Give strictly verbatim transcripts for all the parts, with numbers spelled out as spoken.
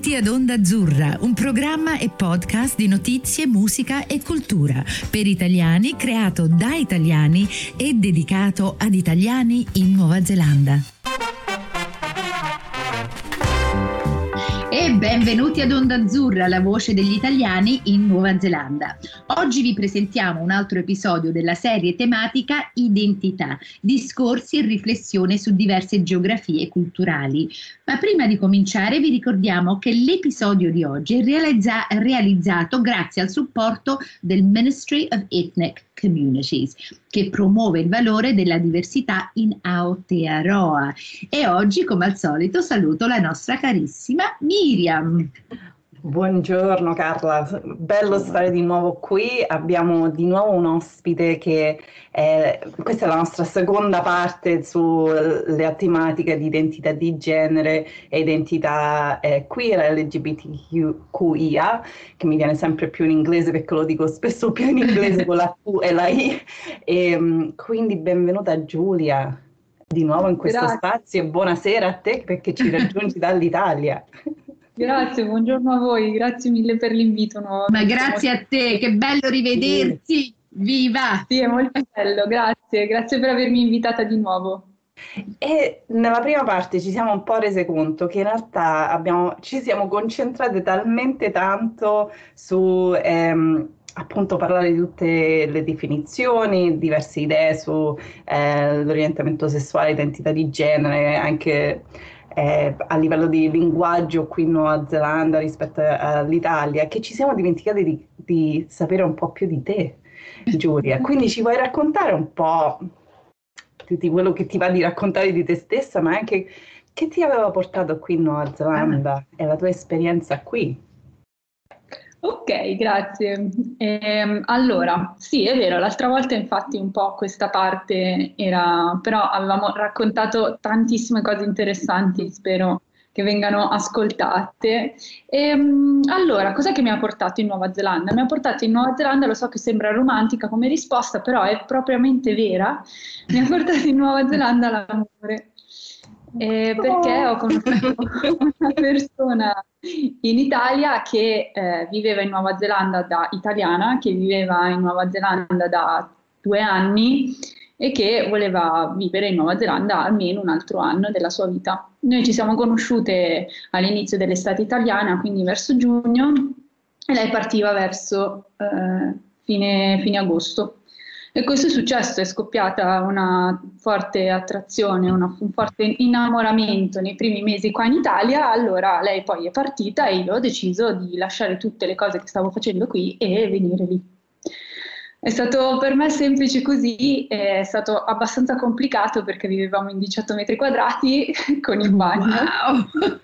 Benvenuti ad Onda Azzurra, un programma e podcast di notizie, musica e cultura per italiani, creato da italiani e dedicato ad italiani in Nuova Zelanda. E benvenuti ad Onda Azzurra, la voce degli italiani in Nuova Zelanda. Oggi vi presentiamo un altro episodio della serie tematica Identità, discorsi e riflessione su diverse geografie culturali. Ma prima di cominciare vi ricordiamo che l'episodio di oggi è realizza- realizzato grazie al supporto del Ministry of Ethnic Communities, che promuove il valore della diversità in Aotearoa. E oggi, come al solito, saluto la nostra carissima Miriam. Buongiorno Carla, bello stare di nuovo qui. Abbiamo di nuovo un ospite che è, questa è la nostra seconda parte sulle tematiche di identità di genere e identità eh, queer, L G B T Q I A, che mi viene sempre più in inglese perché lo dico spesso più in inglese con la Q e la I. E, quindi benvenuta Giulia di nuovo in questo Grazie. spazio e buonasera a te perché ci raggiungi dall'Italia. Grazie, buongiorno a voi, grazie mille per l'invito nuovo. Ma grazie a te, che bello rivederti, sì. Viva! Sì, è molto bello, grazie, grazie per avermi invitata di nuovo. E nella prima parte ci siamo un po' rese conto che in realtà abbiamo, ci siamo concentrate talmente tanto su ehm, appunto parlare di tutte le definizioni, diverse idee su eh, l'orientamento sessuale, identità di genere, anche Eh, a livello di linguaggio qui in Nuova Zelanda rispetto all'Italia, che ci siamo dimenticati di, di sapere un po' più di te, Giulia. Quindi ci vuoi raccontare un po' di, di quello che ti va di raccontare di te stessa, ma anche che ti aveva portato qui in Nuova Zelanda e la tua esperienza qui? Ok, grazie. Ehm, allora, sì, è vero, l'altra volta infatti un po' questa parte era, però avevamo raccontato tantissime cose interessanti, spero che vengano ascoltate. Ehm, allora, cos'è che mi ha portato in Nuova Zelanda? Mi ha portato in Nuova Zelanda, lo so che sembra romantica come risposta, però è propriamente vera, mi ha portato in Nuova Zelanda l'amore. Eh, perché ho conosciuto una persona in Italia che eh, viveva in Nuova Zelanda da italiana, che viveva in Nuova Zelanda da due anni e che voleva vivere in Nuova Zelanda almeno un altro anno della sua vita. Noi ci siamo conosciute all'inizio dell'estate italiana, quindi verso giugno, e lei partiva verso eh, fine, fine agosto. E questo è successo, è scoppiata una forte attrazione, una, un forte innamoramento nei primi mesi qua in Italia. Allora lei poi è partita e io ho deciso di lasciare tutte le cose che stavo facendo qui e venire lì. È stato per me semplice così, è stato abbastanza complicato perché vivevamo in diciotto metri quadrati con il bagno. Wow.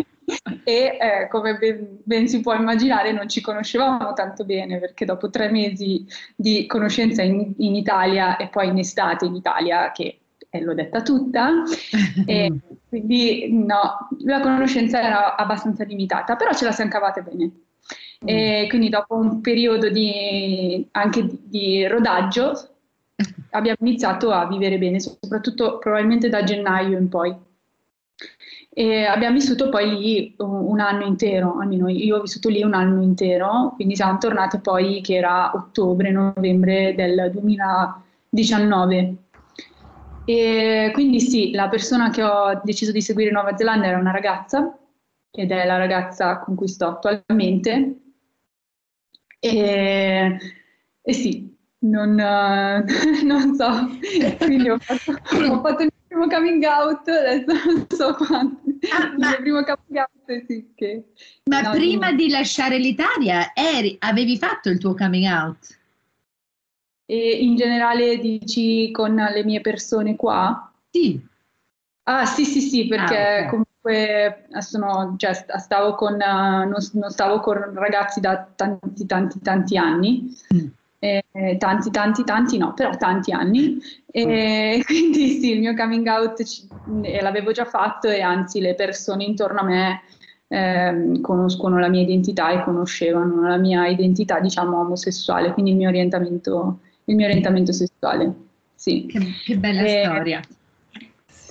E eh, come ben, ben si può immaginare non ci conoscevamo tanto bene perché dopo tre mesi di conoscenza in, in Italia e poi in estate in Italia, che eh, l'ho detta tutta, e quindi no, la conoscenza era abbastanza limitata, però ce la siamo cavate bene. E quindi dopo un periodo di, anche di, di rodaggio abbiamo iniziato a vivere bene, soprattutto probabilmente da gennaio in poi. E abbiamo vissuto poi lì un anno intero, almeno io ho vissuto lì un anno intero, quindi siamo tornate poi che era ottobre-novembre del duemiladiciannove. E quindi sì, la persona che ho deciso di seguire in Nuova Zelanda era una ragazza, ed è la ragazza con cui sto attualmente. E, e sì, non, uh, non so, quindi ho fatto, ho fatto il primo coming out, adesso non so quanto. Ah, ma, il primo coming out, sì, che... ma no, prima dimmi. di lasciare l'Italia eri, avevi fatto il tuo coming out? E in generale dici con le mie persone qua? Sì. Ah sì sì sì, perché Ah, okay. comunque sono, cioè, stavo con, uh, non, non stavo con ragazzi da tanti tanti tanti anni, mm. eh, tanti tanti tanti no, però tanti anni, e mm. quindi sì, il mio coming out c- eh, l'avevo già fatto e anzi le persone intorno a me eh, conoscono la mia identità e conoscevano la mia identità, diciamo, omosessuale, quindi il mio orientamento, il mio orientamento sessuale, sì. Che, che bella e, storia.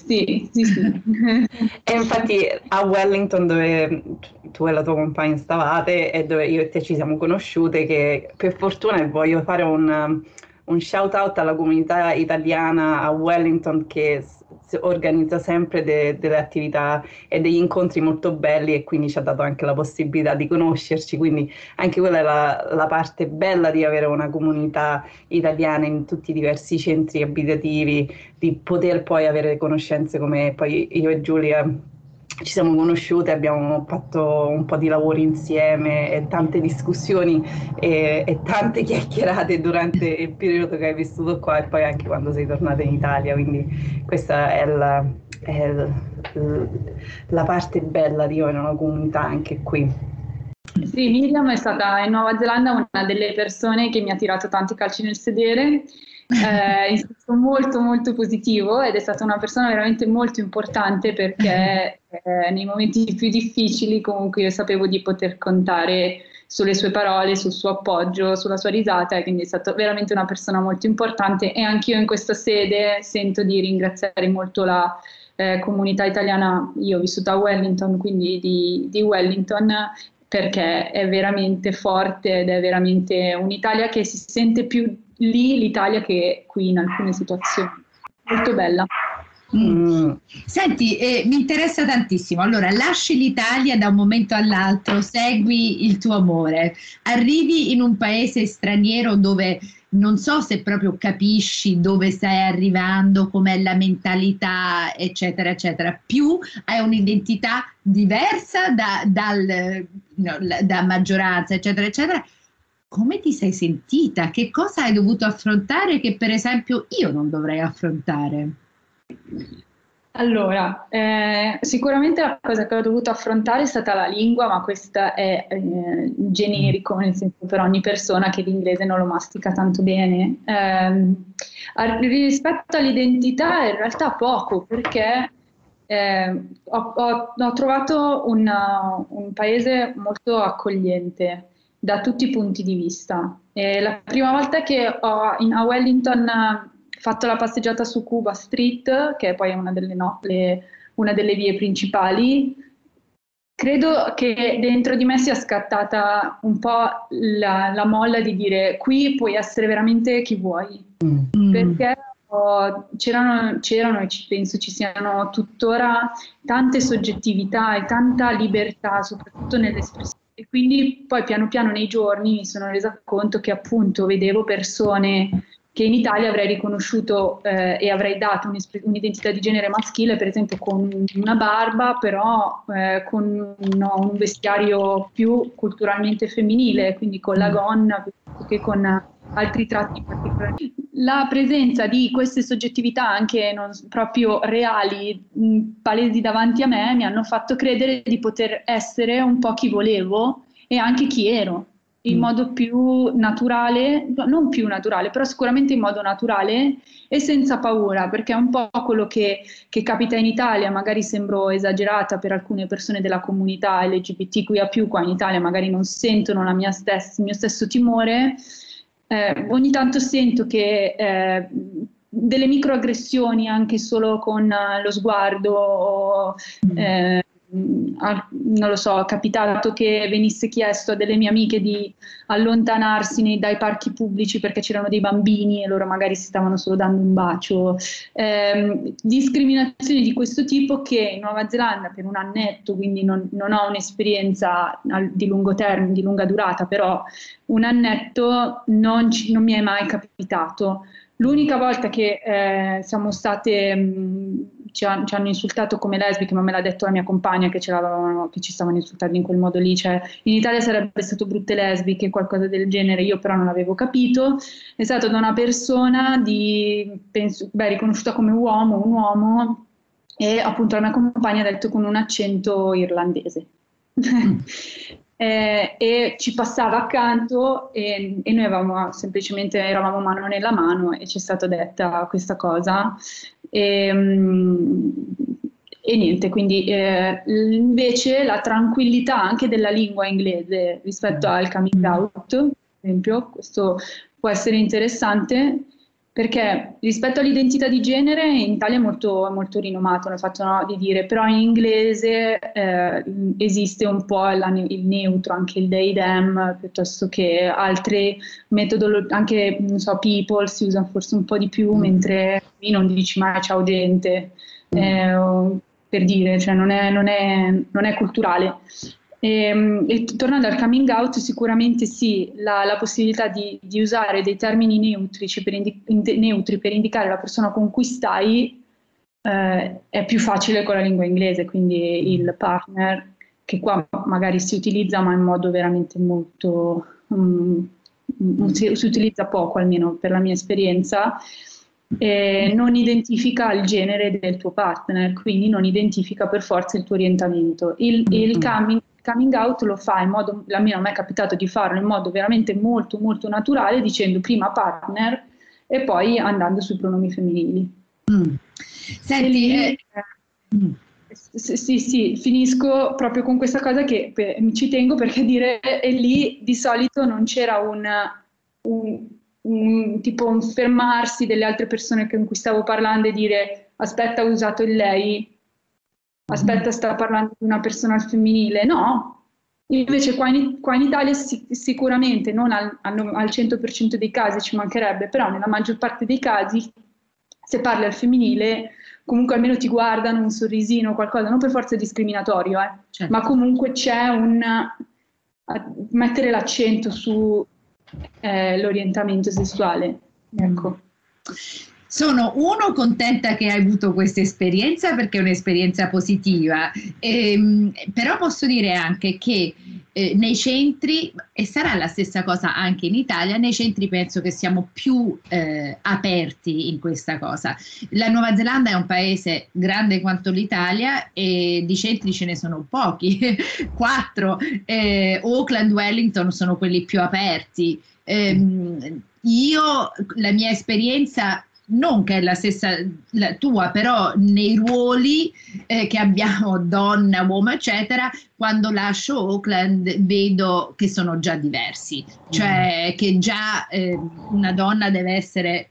Sì, sì, sì. E infatti a Wellington, dove tu e la tua compagna stavate e dove io e te ci siamo conosciute, che per fortuna voglio fare un, un shout out alla comunità italiana a Wellington che s- s- organizza sempre de- delle attività e degli incontri molto belli, e quindi ci ha dato anche la possibilità di conoscerci, quindi anche quella è la, la parte bella di avere una comunità italiana in tutti i diversi centri abitativi, di poter poi avere conoscenze come poi io e Giulia ci siamo conosciute, abbiamo fatto un po' di lavori insieme e tante discussioni e, e tante chiacchierate durante il periodo che hai vissuto qua e poi anche quando sei tornata in Italia, quindi questa è la, è l- la parte bella di avere una comunità anche qui. Sì, Miriam è stata in Nuova Zelanda una delle persone che mi ha tirato tanti calci nel sedere, eh, in senso molto molto positivo, ed è stata una persona veramente molto importante perché eh, nei momenti più difficili comunque io sapevo di poter contare sulle sue parole, sul suo appoggio, sulla sua risata, e quindi è stata veramente una persona molto importante, e anch'io in questa sede sento di ringraziare molto la eh, comunità italiana. Io ho vissuto a Wellington, quindi di, di Wellington, perché è veramente forte ed è veramente un'Italia che si sente più lì l'Italia che qui in alcune situazioni. Molto bella. Mm. Senti, eh, mi interessa tantissimo. Allora, lasci l'Italia da un momento all'altro, segui il tuo amore, arrivi in un paese straniero dove non so se proprio capisci dove stai arrivando, com'è la mentalità, eccetera, eccetera. Più hai un'identità diversa da, dal, no, la- da maggioranza, eccetera, eccetera. Come ti sei sentita? Che cosa hai dovuto affrontare che, per esempio, io non dovrei affrontare? Allora, eh, sicuramente la cosa che ho dovuto affrontare è stata la lingua, ma questo è eh, generico, nel senso per ogni persona che l'inglese non lo mastica tanto bene. Ehm, a- rispetto all'identità, in realtà poco, perché eh, ho, ho- ho trovato una- un paese molto accogliente da tutti i punti di vista. E la prima volta che ho in, a Wellington eh, fatto la passeggiata su Cuba Street, che poi è una delle, no, le- una delle vie principali, credo che dentro di me sia scattata un po' la, la molla di dire: qui puoi essere veramente chi vuoi, perché oh, c'erano, c'erano e ci penso ci siano tuttora tante soggettività e tanta libertà, soprattutto nell'espressione. E quindi poi piano piano nei giorni mi sono resa conto che appunto vedevo persone che in Italia avrei riconosciuto eh, e avrei dato un'espre- un'identità di genere maschile, per esempio con una barba, però eh, con no, un vestiario più culturalmente femminile, quindi con la gonna piuttosto che con altri tratti particolari. La presenza di queste soggettività anche non proprio reali, mh, palesi davanti a me, mi hanno fatto credere di poter essere un po' chi volevo e anche chi ero, in modo più naturale, no, non più naturale, però sicuramente in modo naturale e senza paura, perché è un po' quello che, che capita in Italia. Magari sembro esagerata per alcune persone della comunità L G B T Q I A più, qua in Italia magari non sentono la mia stessa, il mio stesso timore. Eh, ogni tanto sento che eh, delle microaggressioni anche solo con eh, lo sguardo o, eh, al- non lo so, è capitato che venisse chiesto a delle mie amiche di allontanarsi nei- dai parchi pubblici perché c'erano dei bambini e loro magari si stavano solo dando un bacio. Ehm, discriminazioni di questo tipo che in Nuova Zelanda per un annetto, quindi non, non ho un'esperienza al- di lungo termine, di lunga durata, però un annetto non, ci- non mi è mai capitato. L'unica volta che eh, siamo state, mh, ci, han- ci hanno insultato come lesbiche, ma me l'ha detto la mia compagna che, ce l'avevano- che ci stavano insultando in quel modo lì, cioè in Italia sarebbe stato brutte lesbiche, qualcosa del genere, io però non l'avevo capito, è stato da una persona di, penso, beh, riconosciuta come uomo, un uomo, e appunto la mia compagna ha detto con un accento irlandese. Eh, e ci passava accanto e, e noi avevamo semplicemente eravamo mano nella mano e ci è stata detta questa cosa e, mm, e niente, quindi eh, invece la tranquillità anche della lingua inglese rispetto al coming out, per esempio, questo può essere interessante. perché rispetto all'identità di genere in Italia è molto, molto rinomato, il fatto, no, di dire, però in inglese eh, esiste un po' la, il neutro, anche il they, them, piuttosto che altre metodologie, anche non so, people si usa forse un po' di più, mm. mentre qui non dici mai ciao gente, mm. eh, per dire, cioè non è, non è, non è culturale. E, e tornando al coming out, sicuramente sì, la, la possibilità di, di usare dei termini neutrici per indi, indi, neutri per indicare la persona con cui stai eh, è più facile con la lingua inglese, quindi il partner, che qua magari si utilizza ma in modo veramente molto, um, si, si utilizza poco, almeno per la mia esperienza, eh, non identifica il genere del tuo partner, quindi non identifica per forza il tuo orientamento. Il, il coming coming out lo fa in modo, almeno a me è capitato di farlo in modo veramente molto molto naturale, dicendo prima partner e poi andando sui pronomi femminili. Mm. Senti, lì, eh, eh, sì, sì, sì, finisco proprio con questa cosa che per, ci tengo perché dire, e lì di solito non c'era un, un, un tipo un fermarsi delle altre persone con cui stavo parlando e dire aspetta, ho usato il lei, aspetta, sta parlando di una persona al femminile, no. Invece qua in, qua in Italia sic- sicuramente non al, al cento per cento dei casi, ci mancherebbe, però nella maggior parte dei casi se parli al femminile comunque almeno ti guardano, un sorrisino, qualcosa, non per forza discriminatorio, eh, certo. Ma comunque c'è un mettere l'accento su eh, l'orientamento sessuale, ecco. Sono uno contenta che hai avuto questa esperienza perché è un'esperienza positiva, ehm, però posso dire anche che eh, nei centri, e sarà la stessa cosa anche in Italia, nei centri penso che siamo più eh, aperti in questa cosa. La Nuova Zelanda è un paese grande quanto l'Italia e di centri ce ne sono pochi, quattro, eh, Auckland, Wellington sono quelli più aperti. Eh, io, la mia esperienza non che è la stessa la tua, però nei ruoli eh, che abbiamo, donna, uomo, eccetera, quando lascio Auckland vedo che sono già diversi, cioè mm. che già eh, una donna deve essere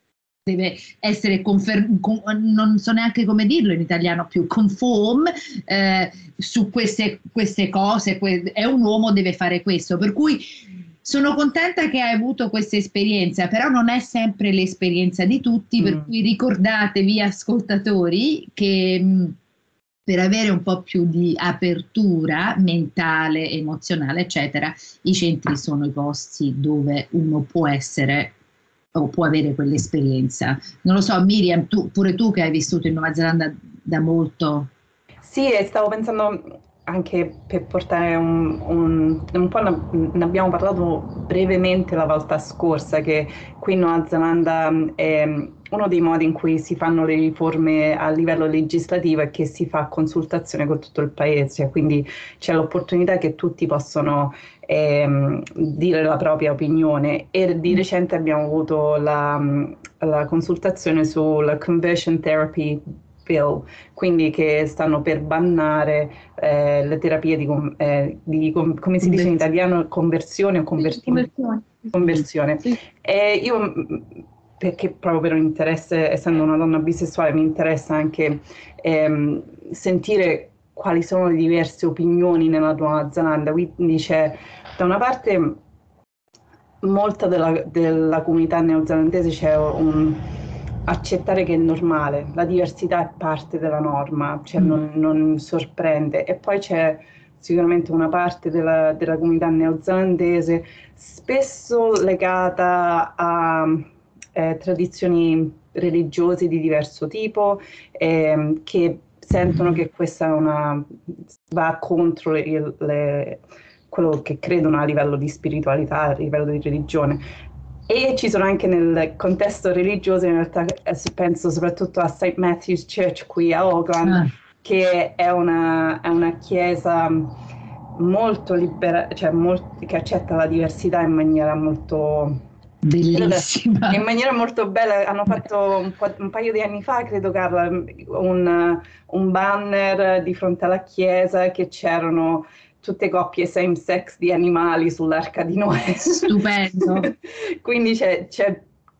deve essere conferm- con, non so neanche come dirlo in italiano più, conform eh, su queste, queste cose, que- è un uomo, deve fare questo, per cui sono contenta che hai avuto questa esperienza, però non è sempre l'esperienza di tutti, mm. per cui ricordatevi, ascoltatori, che mh, per avere un po' più di apertura mentale, emozionale, eccetera, i centri sono i posti dove uno può essere o può avere quell'esperienza. Non lo so, Miriam, tu, pure tu che hai vissuto in Nuova Zelanda da molto. Sì, e stavo pensando anche per portare un, un, un po', ne abbiamo parlato brevemente la volta scorsa, che qui in Nuova Zelanda è uno dei modi in cui si fanno le riforme a livello legislativo è che si fa consultazione con tutto il paese, quindi c'è l'opportunità che tutti possono eh, dire la propria opinione, e di recente abbiamo avuto la, la consultazione sulla conversion therapy bill, quindi che stanno per bannare eh, le terapie di, eh, di com- come si dice in italiano, conversione o convertimento? Conversione. Conversione. Sì. E io, perché proprio per un interesse, essendo una donna bisessuale, mi interessa anche ehm, sentire quali sono le diverse opinioni nella Nuova Zelanda. Quindi c'è da una parte molta della, della comunità neozelandese, c'è un accettare che è normale, la diversità è parte della norma, cioè mm. non, non sorprende, e poi c'è sicuramente una parte della, della comunità neozelandese spesso legata a eh, tradizioni religiose di diverso tipo, eh, che sentono che questa è una, va contro le, le, quello che credono a livello di spiritualità, a livello di religione. E ci sono anche nel contesto religioso, in realtà penso soprattutto a Saint Matthew's Church qui a Auckland, ah. che è una, è una chiesa molto libera, cioè molto, che accetta la diversità in maniera molto bellissima, in maniera molto bella. Hanno fatto un, po', un paio di anni fa, credo, Carla, un, un banner di fronte alla chiesa che c'erano tutte coppie same sex di animali sull'arca di Noè. Stupendo. Quindi c'è, c'è,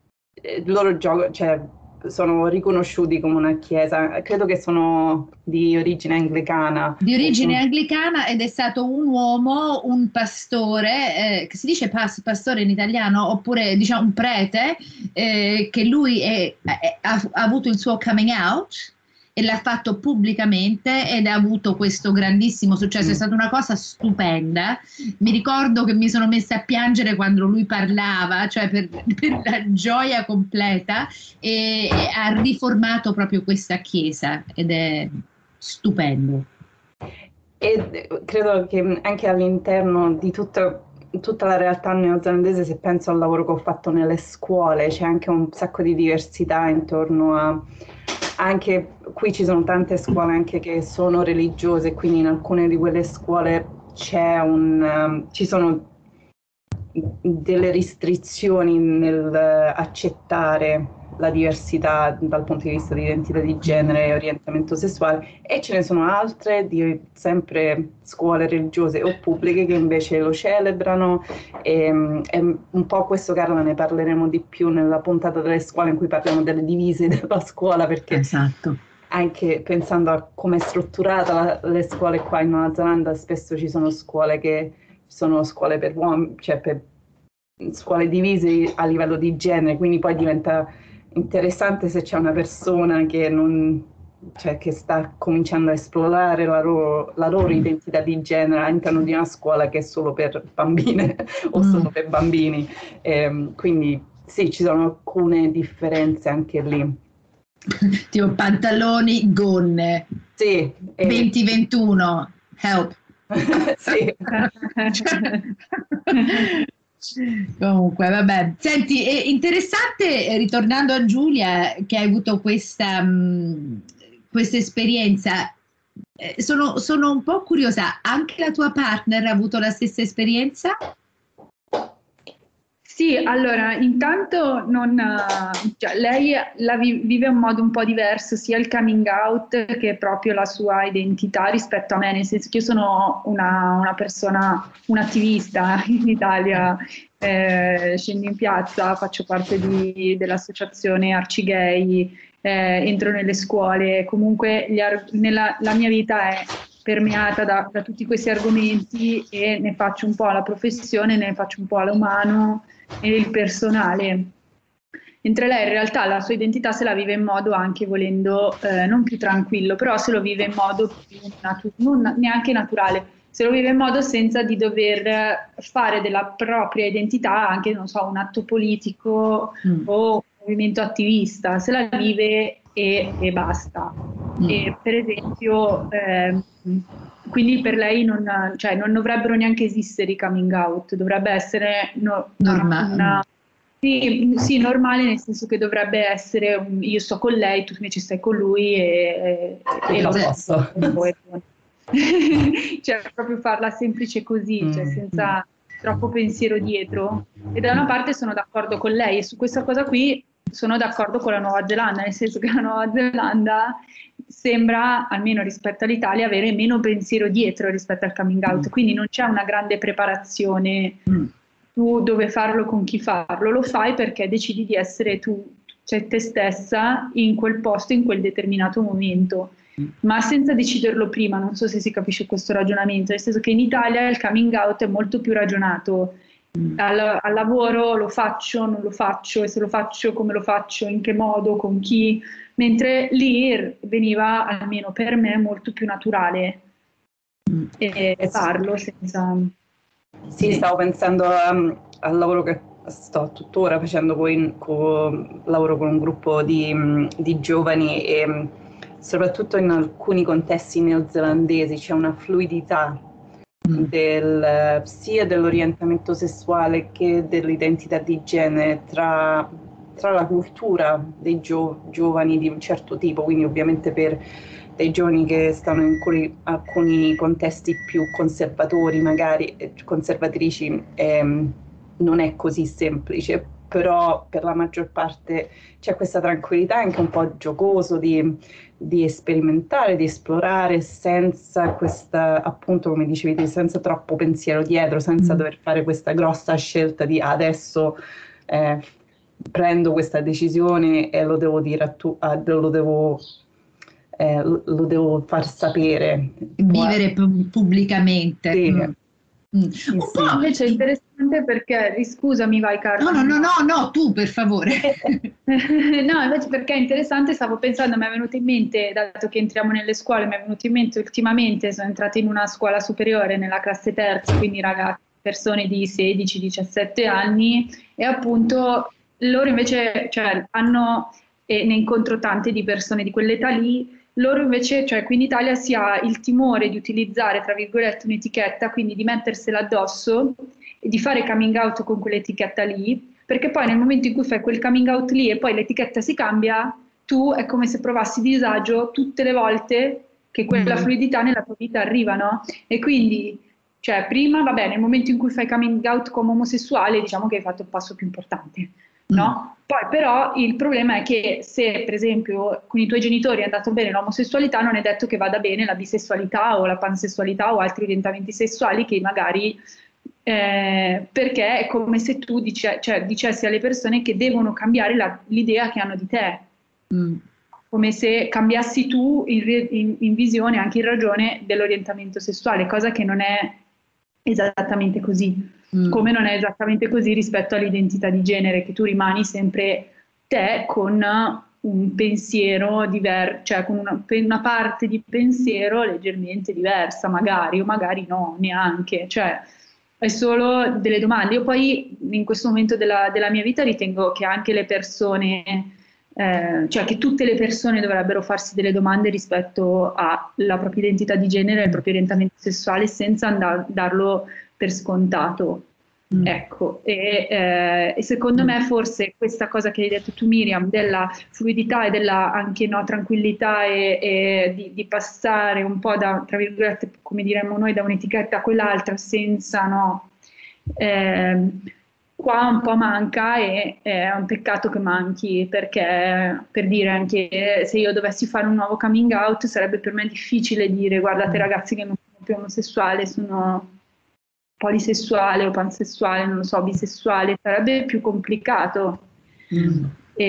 loro gioco, cioè, sono riconosciuti come una chiesa, credo che sono di origine anglicana. Di origine anglicana ed è stato un uomo, un pastore, eh, che si dice pas- pastore in italiano, oppure diciamo un prete, eh, che lui è, è- ha, ha avuto il suo coming out e l'ha fatto pubblicamente ed ha avuto questo grandissimo successo. È stata una cosa stupenda. Mi ricordo che mi sono messa a piangere quando lui parlava, cioè per, per la gioia completa, e, e ha riformato proprio questa chiesa ed è stupendo. E credo che anche all'interno di tutta, tutta la realtà neozelandese, se penso al lavoro che ho fatto nelle scuole, c'è anche un sacco di diversità intorno a... Anche qui ci sono tante scuole anche che sono religiose, quindi in alcune di quelle scuole c'è un, um, ci sono delle restrizioni nel accettare la diversità dal punto di vista di identità di genere e orientamento sessuale, e ce ne sono altre di sempre scuole religiose o pubbliche che invece lo celebrano, e, e un po' questo, Carla, ne parleremo di più nella puntata delle scuole in cui parliamo delle divise della scuola, perché Esatto. anche pensando a come è strutturata la, le scuole qua in Nuova Zelanda, spesso ci sono scuole che sono scuole per uomini, cioè per scuole divise a livello di genere, quindi poi diventa interessante se c'è una persona che non, cioè che sta cominciando a esplorare la loro, la loro identità di genere all'interno di una scuola che è solo per bambine o solo per bambini. Eh, quindi sì, ci sono alcune differenze anche lì. Tipo pantaloni, gonne. Sì. E... venti ventuno, help. Sì. Comunque, vabbè. Senti, è interessante, ritornando a Giulia, che hai avuto questa, mh, questa esperienza. Eh, sono, sono un po' curiosa, anche la tua partner ha avuto la stessa esperienza? Sì, allora, intanto non, cioè, lei la vi- vive in modo un po' diverso, sia il coming out che proprio la sua identità rispetto a me, nel senso che io sono una, una persona, un'attivista in Italia, eh, scendo in piazza, faccio parte di- dell'associazione Arcigay, eh, entro nelle scuole, comunque gli ar- nella, la mia vita è permeata da, da tutti questi argomenti e ne faccio un po' la professione, ne faccio un po' l'umano e il personale. Mentre lei in realtà la sua identità se la vive in modo anche volendo eh, non più tranquillo, però se lo vive in modo più natu- non neanche naturale, se lo vive in modo senza di dover fare della propria identità anche, non so, un atto politico mm. o un movimento attivista, se la vive e, e basta. Mm. E per esempio, eh, quindi per lei non, cioè, non dovrebbero neanche esistere i coming out, dovrebbe essere no, normale. Una, sì, sì, normale, nel senso che dovrebbe essere un, io sto con lei, tu invece stai con lui e, e, e lo posso. Cioè proprio farla semplice così, cioè senza troppo pensiero dietro. E da una parte sono d'accordo con lei e su questa cosa qui sono d'accordo con la Nuova Zelanda, nel senso che la Nuova Zelanda sembra, almeno rispetto all'Italia, avere meno pensiero dietro rispetto al coming out, quindi non c'è una grande preparazione tu dove farlo, con chi farlo, lo fai perché decidi di essere tu, cioè te stessa, in quel posto, in quel determinato momento, ma senza deciderlo prima. Non so se si capisce questo ragionamento, nel senso che in Italia il coming out è molto più ragionato. Al, al lavoro lo faccio, non lo faccio, e se lo faccio come lo faccio, in che modo, con chi, mentre lì veniva, almeno per me, molto più naturale e farlo senza... Sì, stavo pensando um, al lavoro che sto tuttora facendo, con, con, lavoro con un gruppo di, di giovani e soprattutto in alcuni contesti neozelandesi c'è una fluidità del, sia dell'orientamento sessuale che dell'identità di genere tra, tra la cultura dei gio, giovani di un certo tipo, quindi ovviamente per dei giovani che stanno in alcuni, alcuni contesti più conservatori, magari conservatrici, ehm, non è così semplice, però per la maggior parte c'è questa tranquillità, anche un po' giocoso di, di sperimentare, di esplorare senza questa, appunto come dicevi te, senza troppo pensiero dietro, senza mm. dover fare questa grossa scelta di adesso eh, prendo questa decisione e lo devo dire a tu, a, lo devo eh, lo, lo devo far sapere. Vivere pu- pubblicamente. Sì. Mm. Mm. Un Sì, po' sì. Invece è interessante perché, scusami, vai Carla. No, no, no, no, no, tu per favore. No, invece perché è interessante, stavo pensando, mi è venuto in mente, dato che entriamo nelle scuole, mi è venuto in mente ultimamente, sono entrata in una scuola superiore nella classe terza, quindi ragazzi, persone di sedici diciassette anni, e appunto loro invece, cioè, hanno, e ne incontro tante di persone di quell'età lì, loro invece, cioè qui in Italia si ha il timore di utilizzare, tra virgolette, un'etichetta, quindi di mettersela addosso e di fare coming out con quell'etichetta lì, perché poi nel momento in cui fai quel coming out lì e poi l'etichetta si cambia, tu è come se provassi disagio tutte le volte che quella Mm. fluidità nella tua vita arriva, no? E quindi, cioè, prima, vabbè, nel momento in cui fai coming out come omosessuale, diciamo che hai fatto il passo più importante, no? Poi però il problema è che se per esempio con i tuoi genitori è andato bene l'omosessualità, non è detto che vada bene la bisessualità o la pansessualità o altri orientamenti sessuali che magari, eh, perché è come se tu dice, cioè, dicessi alle persone che devono cambiare la- l'idea che hanno di te, Mm. come se cambiassi tu in, re- in- in visione, anche in ragione dell'orientamento sessuale, cosa che non è esattamente così. Mm. Come non è esattamente così rispetto all'identità di genere, che tu rimani sempre te con un pensiero diverso, cioè con una, una parte di pensiero leggermente diversa, magari, o magari no, neanche. Cioè, è solo delle domande. Io poi in questo momento della, della mia vita ritengo che anche le persone, eh, cioè che tutte le persone dovrebbero farsi delle domande rispetto alla propria identità di genere e al proprio orientamento sessuale senza andar, darlo per scontato. Mm. Ecco, e, eh, e secondo Mm. me forse questa cosa che hai detto tu Miriam, della fluidità e della anche no, tranquillità e, e di, di passare un po' da, tra virgolette, come diremmo noi, da un'etichetta a quell'altra senza, no, ehm, qua un po' manca e è un peccato che manchi perché per dire anche se io dovessi fare un nuovo coming out sarebbe per me difficile dire guardate ragazzi che non sono più omosessuale, sono polisessuale o pansessuale, non lo so, bisessuale, sarebbe più complicato. Mm.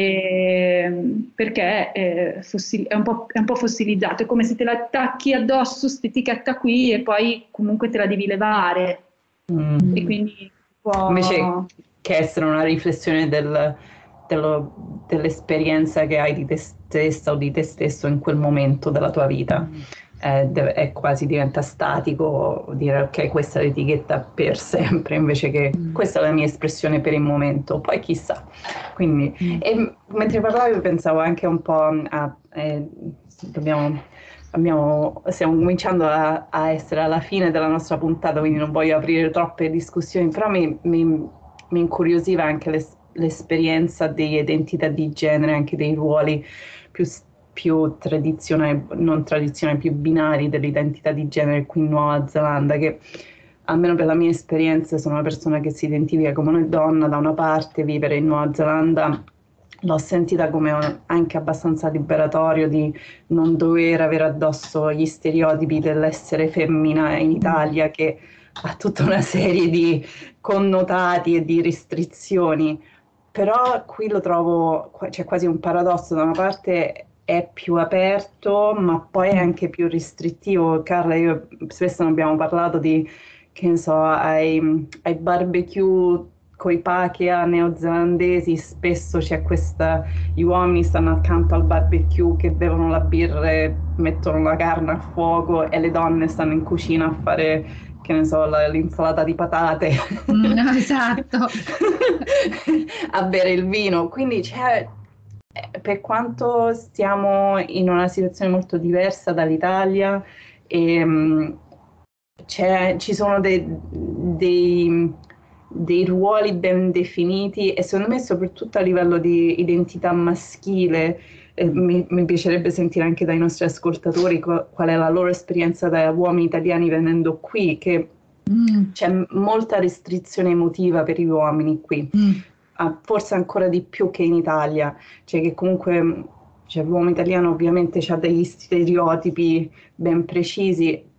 E, perché è, fossil- è, un po', è un po' fossilizzato, è come se te la attacchi addosso questa etichetta qui e poi comunque te la devi levare. Mm. E quindi può... Invece che essere una riflessione del, dello- dell'esperienza che hai di te stessa o di te stesso in quel momento della tua vita. Eh, deve- è quasi diventa statico dire ok, questa è l'etichetta per sempre, invece che Mm. questa è la mia espressione per il momento, poi chissà. Quindi, Mm. e mentre parlavo pensavo anche un po' a... eh, dobbiamo... Abbiamo, stiamo cominciando a, a essere alla fine della nostra puntata, quindi non voglio aprire troppe discussioni, però mi, mi, mi incuriosiva anche l'es, l'esperienza di identità di genere, anche dei ruoli più, più tradizionali, non tradizionali, più binari dell'identità di genere qui in Nuova Zelanda, che almeno per la mia esperienza sono una persona che si identifica come una donna da una parte, vivere in Nuova Zelanda l'ho sentita come anche abbastanza liberatorio di non dover avere addosso gli stereotipi dell'essere femmina in Italia, che ha tutta una serie di connotati e di restrizioni, però qui lo trovo, c'è quasi un paradosso: da una parte è più aperto ma poi è anche più restrittivo. Carla e io spesso ne abbiamo parlato di, che ne so, ai, ai barbecue coi pakea neozelandesi, spesso c'è questa, gli uomini stanno accanto al barbecue che bevono la birra e mettono la carne a fuoco e le donne stanno in cucina a fare, che ne so, la, l'insalata di patate. No, esatto. A bere il vino. Quindi c'è, per quanto stiamo in una situazione molto diversa dall'Italia, e, c'è, ci sono dei, dei dei ruoli ben definiti e secondo me soprattutto a livello di identità maschile eh, mi, mi piacerebbe sentire anche dai nostri ascoltatori qual, qual è la loro esperienza da uomini italiani venendo qui, che mm. c'è molta restrizione emotiva per gli uomini qui, mm. ah, forse ancora di più che in Italia, cioè che comunque cioè, l'uomo italiano ovviamente ha degli stereotipi ben precisi,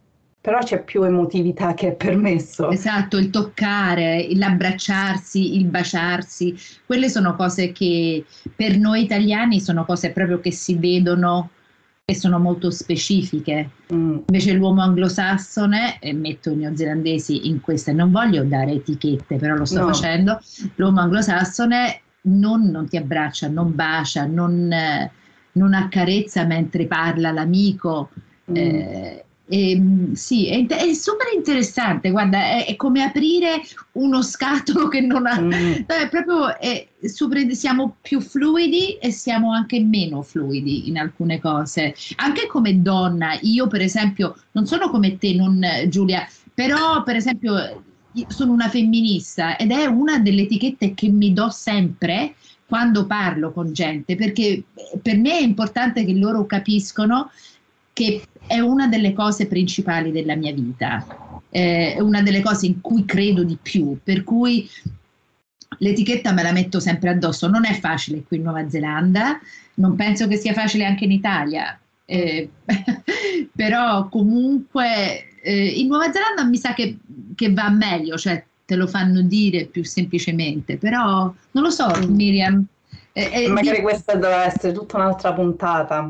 però c'è più emotività che è permesso. Esatto, il toccare, l'abbracciarsi, il baciarsi, quelle sono cose che per noi italiani sono cose proprio che si vedono e sono molto specifiche. Mm. Invece l'uomo anglosassone, e metto i neozelandesi in questa, non voglio dare etichette, però lo sto no. facendo, l'uomo anglosassone non, non ti abbraccia, non bacia, non, eh, non accarezza mentre parla l'amico. Mm. Eh, E, sì, è, è super interessante, guarda, è, è come aprire uno scatolo che non ha, mm. è proprio, è super, siamo più fluidi e siamo anche meno fluidi in alcune cose, anche come donna. Io per esempio non sono come te, non Giulia, però per esempio sono una femminista ed è una delle etichette che mi do sempre quando parlo con gente, perché per me è importante che loro capiscono che è una delle cose principali della mia vita, eh, è una delle cose in cui credo di più, per cui l'etichetta me la metto sempre addosso. Non è facile qui in Nuova Zelanda, non penso che sia facile anche in Italia, eh, però comunque eh, in Nuova Zelanda mi sa che, che va meglio, cioè te lo fanno dire più semplicemente, però non lo so, Miriam. Eh, eh, Magari di... questa dovrà essere tutta un'altra puntata.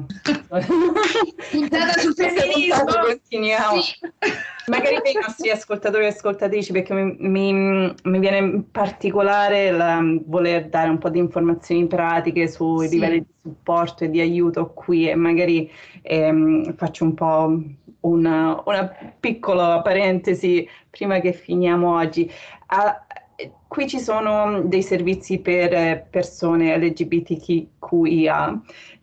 Puntata sul femminismo. Continuiamo. Sì. Magari per i nostri ascoltatori e ascoltatrici, perché mi, mi, mi viene in particolare la, voler dare un po' di informazioni pratiche sui sì. livelli di supporto e di aiuto qui, e magari ehm, faccio un po' una, una piccola parentesi prima che finiamo oggi. Ah, qui ci sono dei servizi per persone L G B T Q I A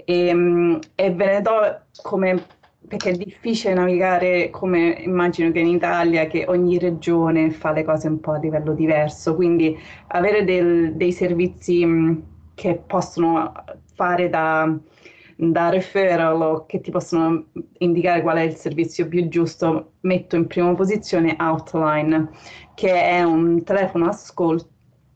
e, e ve ne do come, perché è difficile navigare, come immagino che in Italia, che ogni regione fa le cose un po' a livello diverso, quindi avere del, dei servizi che possono fare da, da referral o che ti possono indicare qual è il servizio più giusto. Metto in prima posizione Outline, che è un telefono ascolto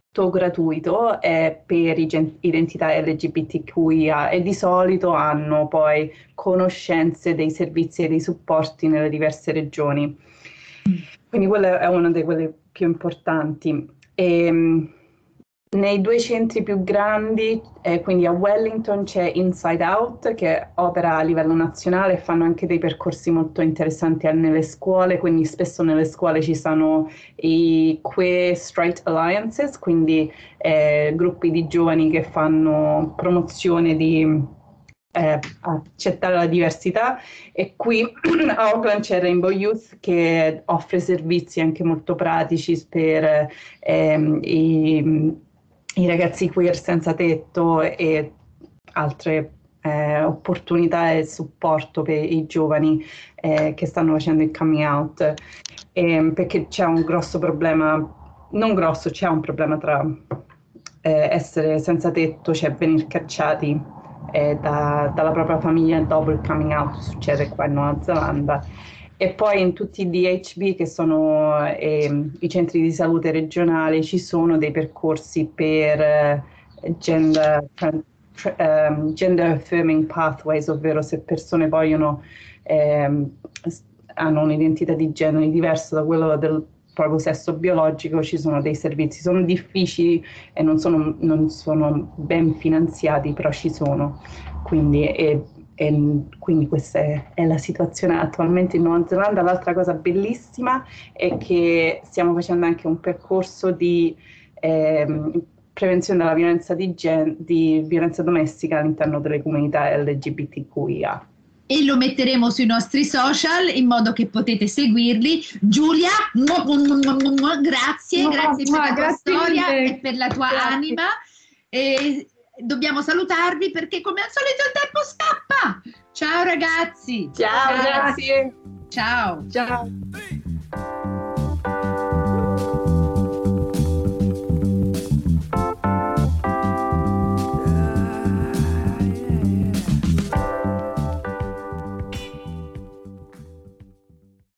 gratuito eh, per identità L G B T Q I A, e di solito hanno poi conoscenze dei servizi e dei supporti nelle diverse regioni. Quindi quella è una di quelle più importanti. E, nei due centri più grandi, eh, quindi a Wellington c'è Inside Out, che opera a livello nazionale e fanno anche dei percorsi molto interessanti nelle scuole, quindi spesso nelle scuole ci sono i Queer Straight Alliances, quindi eh, gruppi di giovani che fanno promozione di eh, accettare la diversità, e qui a Auckland c'è Rainbow Youth che offre servizi anche molto pratici per ehm, i i ragazzi queer senza tetto e altre eh, opportunità e supporto per i giovani eh, che stanno facendo il coming out, eh, perché c'è un grosso problema, non grosso, c'è un problema tra eh, essere senza tetto, cioè venire cacciati eh, da, dalla propria famiglia dopo il coming out, succede qua in Nuova Zelanda. E poi in tutti i D H B, che sono eh, i centri di salute regionali, ci sono dei percorsi per eh, gender, tra, um, gender affirming pathways, ovvero se persone vogliono, eh, hanno un'identità di genere diversa da quello del proprio sesso biologico, ci sono dei servizi. Sono difficili e non sono, non sono ben finanziati, però ci sono. Quindi è, E quindi questa è, è la situazione attualmente in Nuova Zelanda. L'altra cosa bellissima è che stiamo facendo anche un percorso di eh, prevenzione della violenza, di, gen- di violenza domestica all'interno delle comunità L G B T Q I A. E lo metteremo sui nostri social in modo che potete seguirli. Giulia, grazie, no, grazie no, per la tua grazie storia mille. e per la tua Grazie. anima. E dobbiamo salutarvi perché come al solito il tempo scappa. Ciao ragazzi. Ciao, grazie. Ciao. Ciao.